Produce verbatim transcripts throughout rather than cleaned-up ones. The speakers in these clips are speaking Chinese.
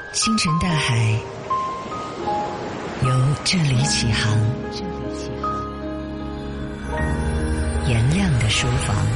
星辰大海由这里起航，颜亮的书房。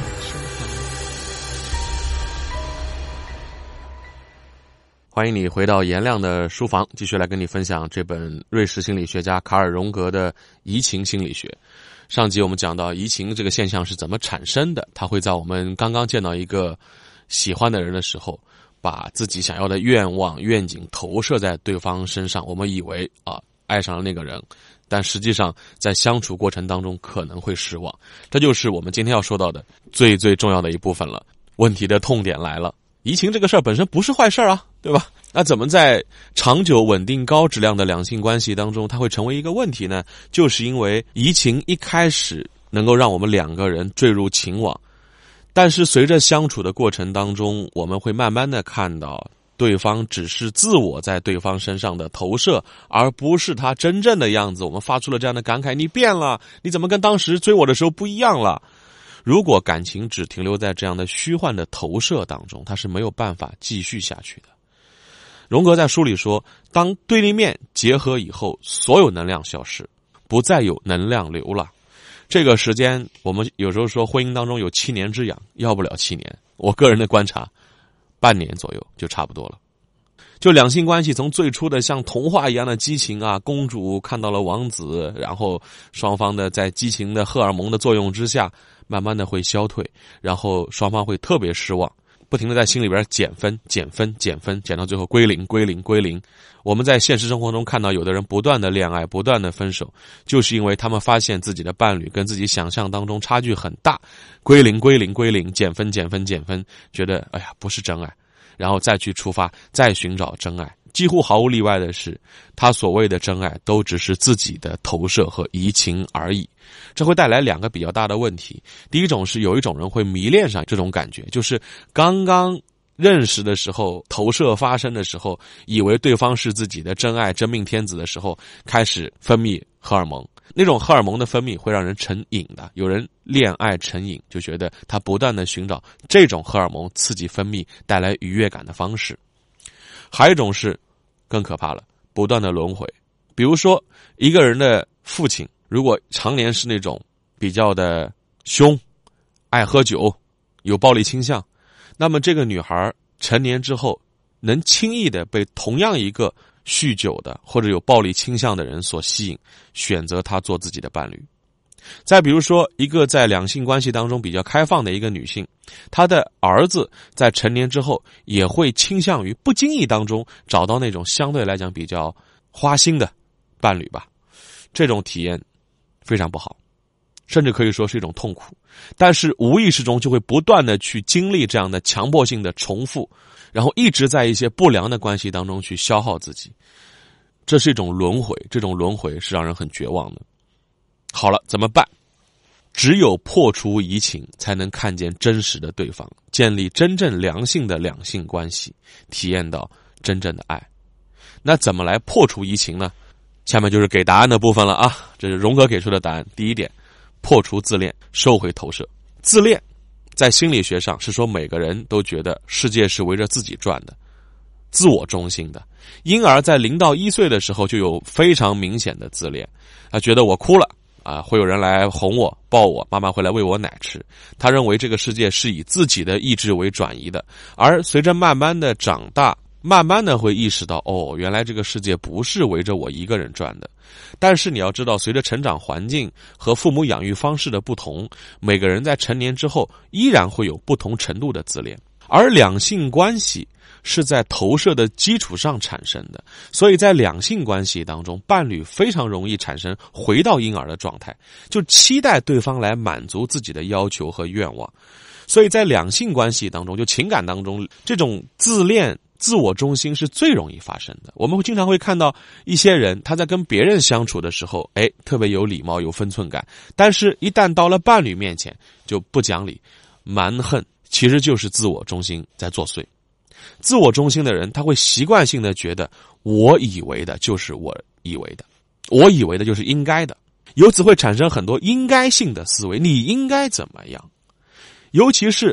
欢迎你回到颜亮的书房，继续来跟你分享这本瑞士心理学家卡尔荣格的移情心理学。上集我们讲到移情这个现象是怎么产生的，它会在我们刚刚见到一个喜欢的人的时候，把自己想要的愿望愿景投射在对方身上，我们以为啊爱上了那个人，但实际上在相处过程当中可能会失望。这就是我们今天要说到的最最重要的一部分了。问题的痛点来了，移情这个事儿本身不是坏事啊，对吧？那怎么在长久稳定高质量的两性关系当中它会成为一个问题呢？就是因为移情一开始能够让我们两个人坠入情网，但是随着相处的过程当中，我们会慢慢的看到对方只是自我在对方身上的投射，而不是他真正的样子。我们发出了这样的感慨，你变了，你怎么跟当时追我的时候不一样了？如果感情只停留在这样的虚幻的投射当中，它是没有办法继续下去的。荣格在书里说，当对立面结合以后，所有能量消失，不再有能量流了。这个时间我们有时候说婚姻当中有七年之痒，要不了七年，我个人的观察半年左右就差不多了。就两性关系从最初的像童话一样的激情啊，公主看到了王子，然后双方的在激情的荷尔蒙的作用之下慢慢的会消退，然后双方会特别失望，不停的在心里边减分减分减分，减到最后归零归零归零。我们在现实生活中看到有的人不断的恋爱不断的分手，就是因为他们发现自己的伴侣跟自己想象当中差距很大，归零归零归零，减分减分减分，觉得哎呀不是真爱，然后再去出发再寻找真爱。几乎毫无例外的是，他所谓的真爱都只是自己的投射和移情而已。这会带来两个比较大的问题。第一种是有一种人会迷恋上这种感觉，就是刚刚认识的时候，投射发生的时候，以为对方是自己的真爱真命天子的时候，开始分泌荷尔蒙。那种荷尔蒙的分泌会让人成瘾的，有人恋爱成瘾，就觉得他不断的寻找这种荷尔蒙刺激分泌带来愉悦感的方式。还有一种是更可怕了，不断的轮回。比如说一个人的父亲如果常年是那种比较的凶，爱喝酒，有暴力倾向，那么这个女孩成年之后能轻易的被同样一个酗酒的或者有暴力倾向的人所吸引，选择他做自己的伴侣。再比如说一个在两性关系当中比较开放的一个女性，她的儿子在成年之后也会倾向于不经意当中找到那种相对来讲比较花心的伴侣吧。这种体验非常不好，甚至可以说是一种痛苦，但是无意识中就会不断的去经历这样的强迫性的重复，然后一直在一些不良的关系当中去消耗自己。这是一种轮回，这种轮回是让人很绝望的。好了，怎么办？只有破除移情，才能看见真实的对方，建立真正良性的两性关系，体验到真正的爱。那怎么来破除移情呢？下面就是给答案的部分了啊！这是荣格给出的答案。第一点，破除自恋，收回投射。自恋在心理学上是说每个人都觉得世界是围着自己转的，自我中心的，因而在零到一岁的时候就有非常明显的自恋。他觉得我哭了啊，会有人来哄我抱我，妈妈会来喂我奶吃。他认为这个世界是以自己的意志为转移的，而随着慢慢的长大，慢慢的会意识到，哦，原来这个世界不是围着我一个人转的。但是你要知道，随着成长环境和父母养育方式的不同，每个人在成年之后依然会有不同程度的自恋。而两性关系是在投射的基础上产生的，所以在两性关系当中，伴侣非常容易产生回到婴儿的状态，就期待对方来满足自己的要求和愿望。所以在两性关系当中，就情感当中，这种自恋自我中心是最容易发生的。我们会经常会看到一些人，他在跟别人相处的时候，哎，特别有礼貌有分寸感，但是一旦到了伴侣面前就不讲理蛮横，其实就是自我中心在作祟。自我中心的人，他会习惯性的觉得我以为的就是我以为的，我以为的就是应该的，由此会产生很多应该性的思维，你应该怎么样。尤其是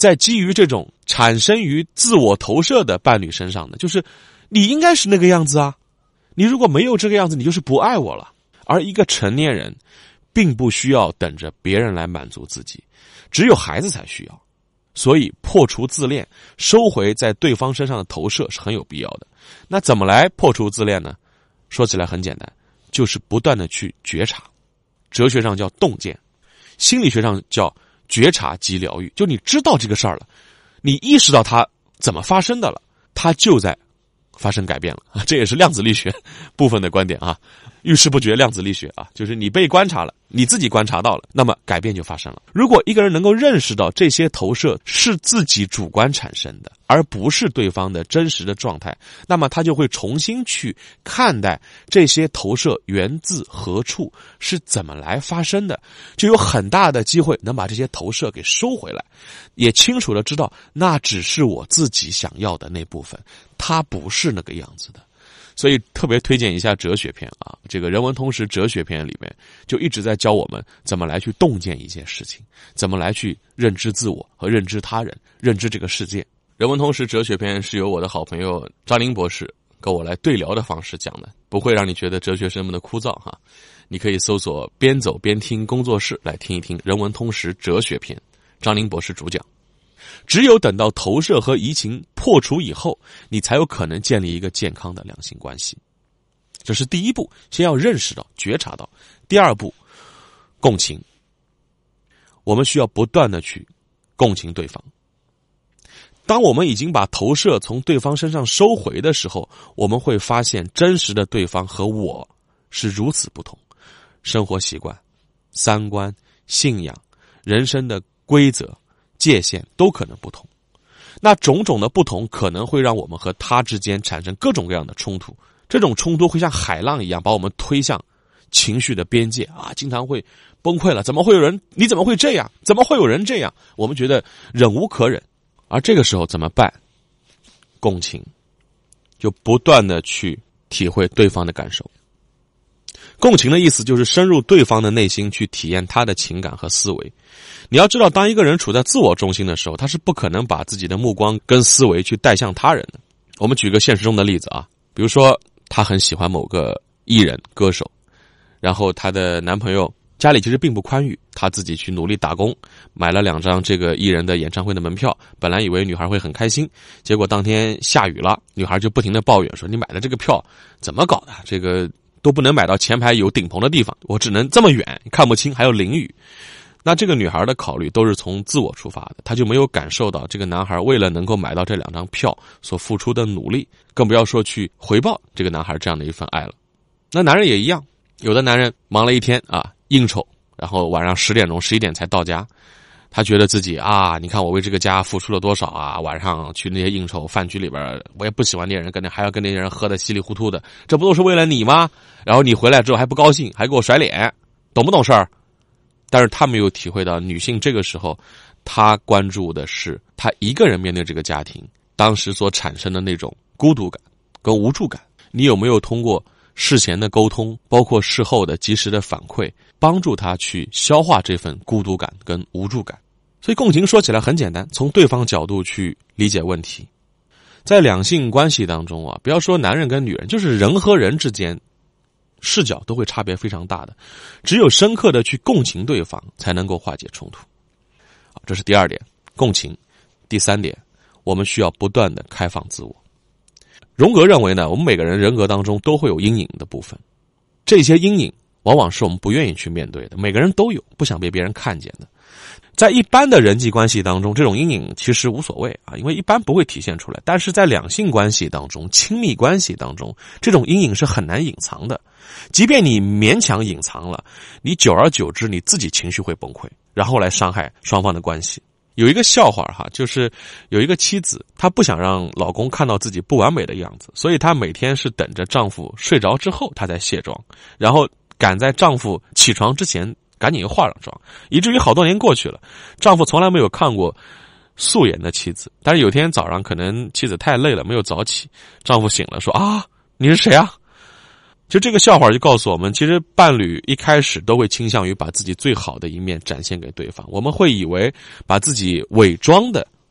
在基于这种产生于自我投射的伴侣身上呢，就是你应该是那个样子啊，你如果没有这个样子，你就是不爱我了。而一个成年人并不需要等着别人来满足自己，只有孩子才需要。所以破除自恋，收回在对方身上的投射是很有必要的。那怎么来破除自恋呢？说起来很简单，就是不断的去觉察，哲学上叫洞见，心理学上叫觉察即疗愈。就你知道这个事儿了，你意识到它怎么发生的了，它就在发生改变了。这也是量子力学部分的观点啊，遇事不决量子力学啊，就是你被观察了，你自己观察到了，那么改变就发生了。如果一个人能够认识到这些投射是自己主观产生的，而不是对方的真实的状态，那么他就会重新去看待这些投射源自何处，是怎么来发生的，就有很大的机会能把这些投射给收回来，也清楚的知道那只是我自己想要的那部分，它不是那个样子的。所以特别推荐一下哲学篇啊，这个人文通识哲学篇里面就一直在教我们怎么来去洞见一件事情，怎么来去认知自我和认知他人，认知这个世界。人文通识哲学篇是由我的好朋友张林博士跟我来对聊的方式讲的，不会让你觉得哲学是那么的枯燥哈。你可以搜索边走边听工作室来听一听人文通识哲学篇，张林博士主讲。只有等到投射和移情破除以后，你才有可能建立一个健康的两性关系。这是第一步，先要认识到觉察到。第二步，共情，我们需要不断的去共情对方。当我们已经把投射从对方身上收回的时候，我们会发现真实的对方和我是如此不同，生活习惯、三观、信仰、人生的规则、界限都可能不同。那种种的不同可能会让我们和他之间产生各种各样的冲突，这种冲突会像海浪一样把我们推向情绪的边界啊，经常会崩溃了，怎么会有人，你怎么会这样，怎么会有人这样，我们觉得忍无可忍。而这个时候怎么办？共情，就不断的去体会对方的感受。共情的意思就是深入对方的内心去体验他的情感和思维。你要知道，当一个人处在自我中心的时候，他是不可能把自己的目光跟思维去带向他人的。我们举个现实中的例子啊，比如说他很喜欢某个艺人歌手，然后她的男朋友家里其实并不宽裕，他自己去努力打工，买了两张这个艺人的演唱会的门票，本来以为女孩会很开心，结果当天下雨了，女孩就不停地抱怨说，你买的这个票怎么搞的，这个都不能买到前排有顶棚的地方，我只能这么远看不清，还有淋雨。那这个女孩的考虑都是从自我出发的，她就没有感受到这个男孩为了能够买到这两张票所付出的努力，更不要说去回报这个男孩这样的一份爱了。那男人也一样，有的男人忙了一天啊，应酬，然后晚上十点钟十一点才到家，他觉得自己啊，你看我为这个家付出了多少啊，晚上去那些应酬饭局里边，我也不喜欢那些人，跟那还要跟那些人喝得稀里糊涂的，这不都是为了你吗？然后你回来之后还不高兴，还给我甩脸，懂不懂事儿？但是他没有体会到女性这个时候她关注的是她一个人面对这个家庭当时所产生的那种孤独感跟无助感。你有没有通过事前的沟通，包括事后的及时的反馈，帮助她去消化这份孤独感跟无助感？所以共情说起来很简单，从对方角度去理解问题。在两性关系当中啊，不要说男人跟女人，就是人和人之间视角都会差别非常大的，只有深刻的去共情对方才能够化解冲突。好，这是第二点，共情。第三点，我们需要不断的开放自我。荣格认为呢，我们每个人人格当中都会有阴影的部分，这些阴影往往是我们不愿意去面对的，每个人都有，不想被别人看见的。在一般的人际关系当中，这种阴影其实无所谓啊，因为一般不会体现出来。但是在两性关系当中，亲密关系当中，这种阴影是很难隐藏的。即便你勉强隐藏了，你久而久之你自己情绪会崩溃，然后来伤害双方的关系。有一个笑话哈，就是有一个妻子，她不想让老公看到自己不完美的样子，所以她每天是等着丈夫睡着之后她才卸妆，然后赶在丈夫起床之前赶紧又化上妆，以至于好多年过去了，丈夫从来没有看过素颜的妻子。但是有天早上可能妻子太累了没有早起，丈夫醒了说，啊，你是谁啊？就这个笑话就告诉我们，其实伴侣一开始都会倾向于把自己最好的一面展现给对方，我们会以为把自己伪装的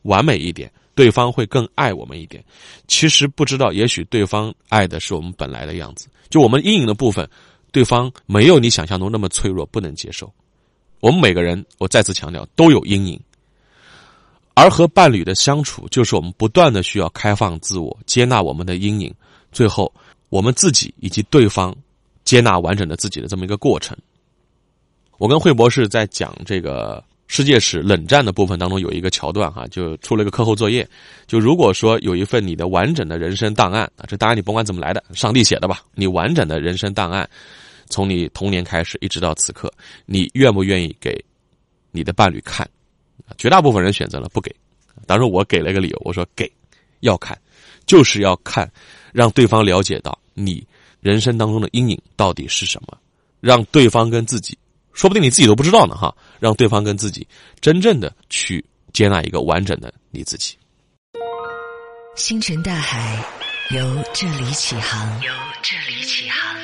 完美一点，对方会更爱我们一点。其实不知道，也许对方爱的是我们本来的样子，就我们阴影的部分，对方没有你想象中那么脆弱，不能接受。我们每个人，我再次强调，都有阴影。而和伴侣的相处，就是我们不断的需要开放自我，接纳我们的阴影，最后我们自己以及对方接纳完整的自己的这么一个过程。我跟惠博士在讲这个世界史冷战的部分当中有一个桥段哈，就出了一个课后作业，就如果说有一份你的完整的人生档案啊，这当然你甭管怎么来的，上帝写的吧，你完整的人生档案，从你童年开始一直到此刻，你愿不愿意给你的伴侣看？绝大部分人选择了不给，当时我给了一个理由，我说给，要看，就是要看，让对方了解到你人生当中的阴影到底是什么，让对方跟自己，说不定你自己都不知道呢哈，让对方跟自己真正的去接纳一个完整的你自己。 星辰大海，由这里起航，由这里起航。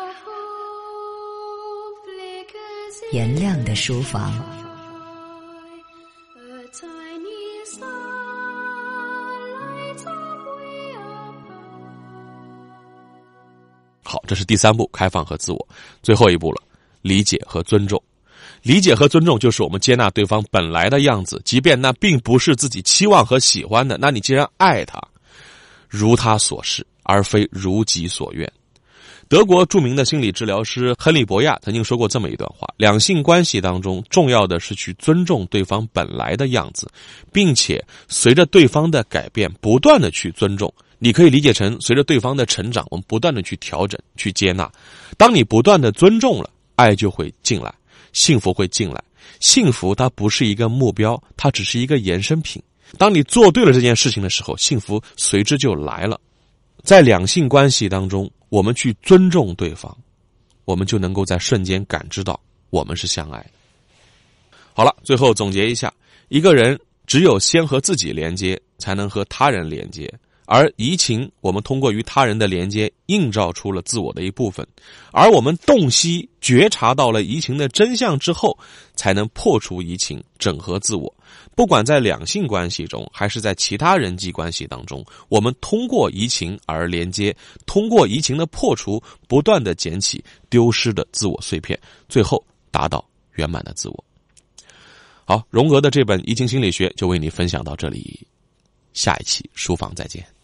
颜亮的书房。 好，这是第三步，开放和自我。最后一步了，理解和尊重。理解和尊重就是我们接纳对方本来的样子，即便那并不是自己期望和喜欢的，那你既然爱他，如他所示，而非如己所愿。德国著名的心理治疗师亨利·博亚曾经说过这么一段话：两性关系当中，重要的是去尊重对方本来的样子，并且随着对方的改变，不断的去尊重。你可以理解成，随着对方的成长，我们不断的去调整、去接纳。当你不断的尊重了，爱就会进来，幸福会进来。幸福它不是一个目标，它只是一个衍生品。当你做对了这件事情的时候，幸福随之就来了。在两性关系当中，我们去尊重对方，我们就能够在瞬间感知到我们是相爱的。好了，最后总结一下，一个人只有先和自己连接，才能和他人连接。而移情，我们通过与他人的连接，映照出了自我的一部分，而我们洞悉觉察到了移情的真相之后，才能破除移情，整合自我。不管在两性关系中，还是在其他人际关系当中，我们通过移情而连接，通过移情的破除，不断的捡起丢失的自我碎片，最后达到圆满的自我。好，荣格的这本移情心理学就为你分享到这里，下一期书房再见。